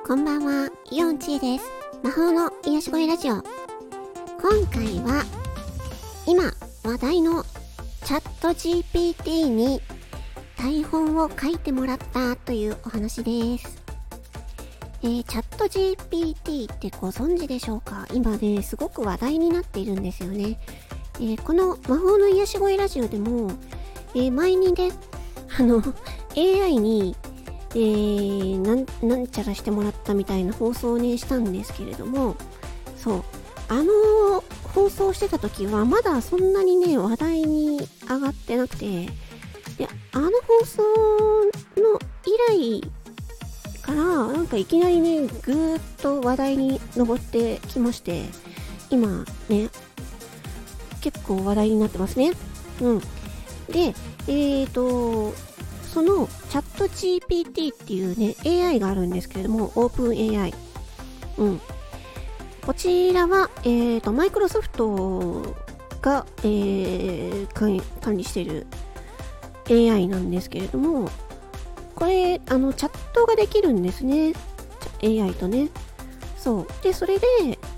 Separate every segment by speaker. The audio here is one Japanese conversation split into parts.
Speaker 1: こんばんは、イオンチーです。魔法の癒し声ラジオ。今回は今話題のチャット GPT に台本を書いてもらったというお話です。チャット GPT ってご存知でしょうか？今ね、すごく話題になっているんですよね。この魔法の癒し声ラジオでも、前にね、AI になんちゃらしてもらったみたいな放送をねしたんですけれども、そう放送してた時はまだそんなにね話題に上がってなくて、で放送の以来からなんかいきなりねぐーっと話題に上ってきまして、今ね結構話題になってますね。でそのチャット GPT っていうね AI があるんですけれども、オープン AI、こちらはマイクロソフトが、管理している AI なんですけれども、これチャットができるんですね、 AI とね。そうで、それで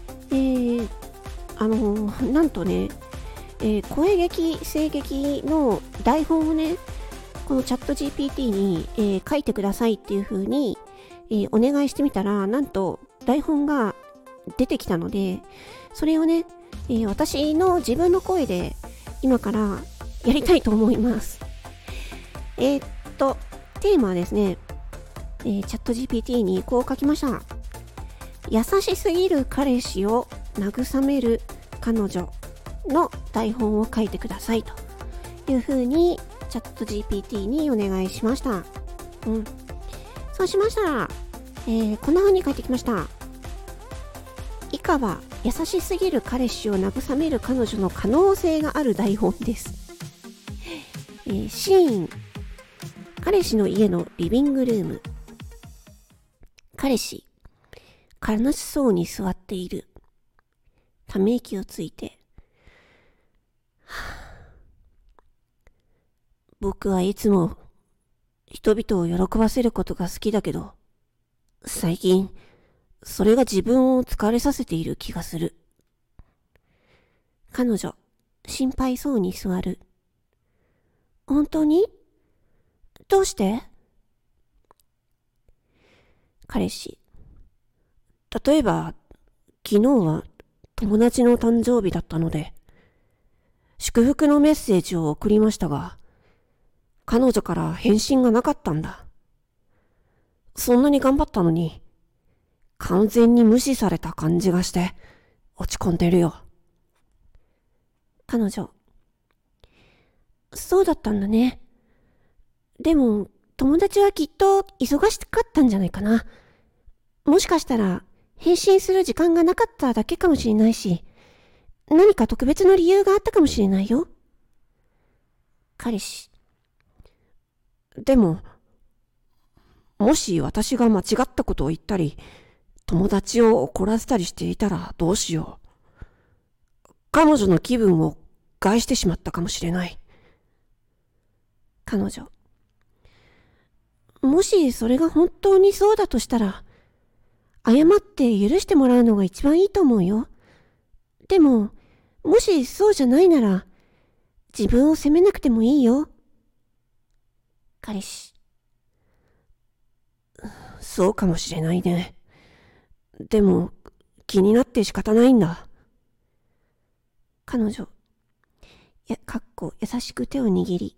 Speaker 1: なんとね、声劇声劇の台本をねこのチャット GPT に、書いてくださいっていう風に、お願いしてみたら、なんと台本が出てきたので、それをね、私の自分の声で今からやりたいと思います。テーマはですね、チャット GPT にこう書きました。優しすぎる彼氏を慰める彼女の台本を書いてくださいという風にチャット GPT にお願いしました。そうしましたら、こんな風に書いてきました。以下は優しすぎる彼氏を慰める彼女の可能性がある台本です。シーン、彼氏の家のリビングルーム。彼氏、悲しそうに座っている。ため息をついて、僕はいつも人々を喜ばせることが好きだけど、最近それが自分を疲れさせている気がする。彼女、心配そうに座る。本当に？どうして？彼氏、例えば昨日は友達の誕生日だったので祝福のメッセージを送りましたが、彼女から返信がなかったんだ。そんなに頑張ったのに、完全に無視された感じがして落ち込んでるよ。彼女、そうだったんだね。でも友達はきっと忙しかったんじゃないかな。もしかしたら返信する時間がなかっただけかもしれないし、何か特別な理由があったかもしれないよ。彼氏、でも、もし私が間違ったことを言ったり、友達を怒らせたりしていたらどうしよう。彼女の気分を害してしまったかもしれない。彼女、もしそれが本当にそうだとしたら、謝って許してもらうのが一番いいと思うよ。でも、もしそうじゃないなら、自分を責めなくてもいいよ。彼氏、そうかもしれないね。でも気になって仕方ないんだ。彼女、優しく手を握り、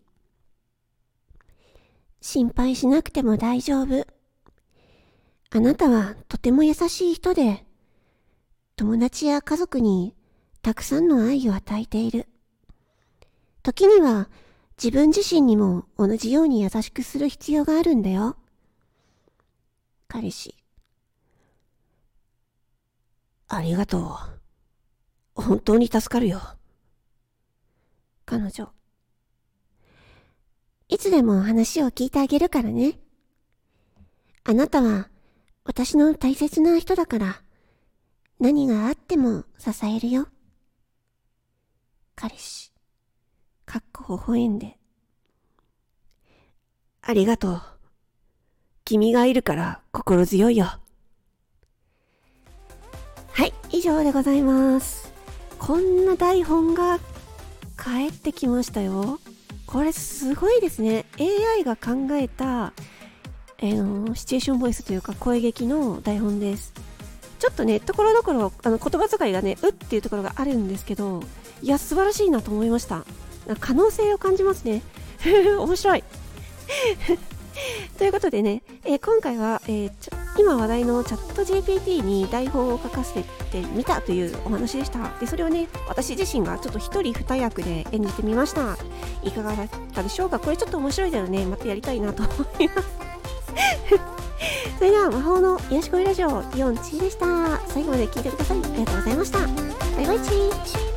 Speaker 1: 心配しなくても大丈夫。あなたはとても優しい人で、友達や家族にたくさんの愛を与えている。時には自分自身にも同じように優しくする必要があるんだよ。彼氏、ありがとう。本当に助かるよ。彼女、いつでも話を聞いてあげるからね。あなたは私の大切な人だから、何があっても支えるよ。彼氏、微笑んで、ありがとう。君がいるから心強いよ。 はい、以上でございます。こんな台本が返ってきましたよ。これすごいですね。 AI が考えた、シチュエーションボイスというか声劇の台本です。ちょっとね、ところどころ言葉遣いがね、うっていうところがあるんですけど、いや素晴らしいなと思いました。可能性を感じますね。面白い。ということでね、今回は、今話題のチャット GPT に台本を書かせてみたというお話でした。でそれをね、私自身がちょっと一人二役で演じてみました。いかがだったでしょうか。これちょっと面白いだよね。またやりたいなと思います。それでは魔法の癒し声ラジオイオンチーでした。最後まで聞いてください。ありがとうございました。バイバイチー。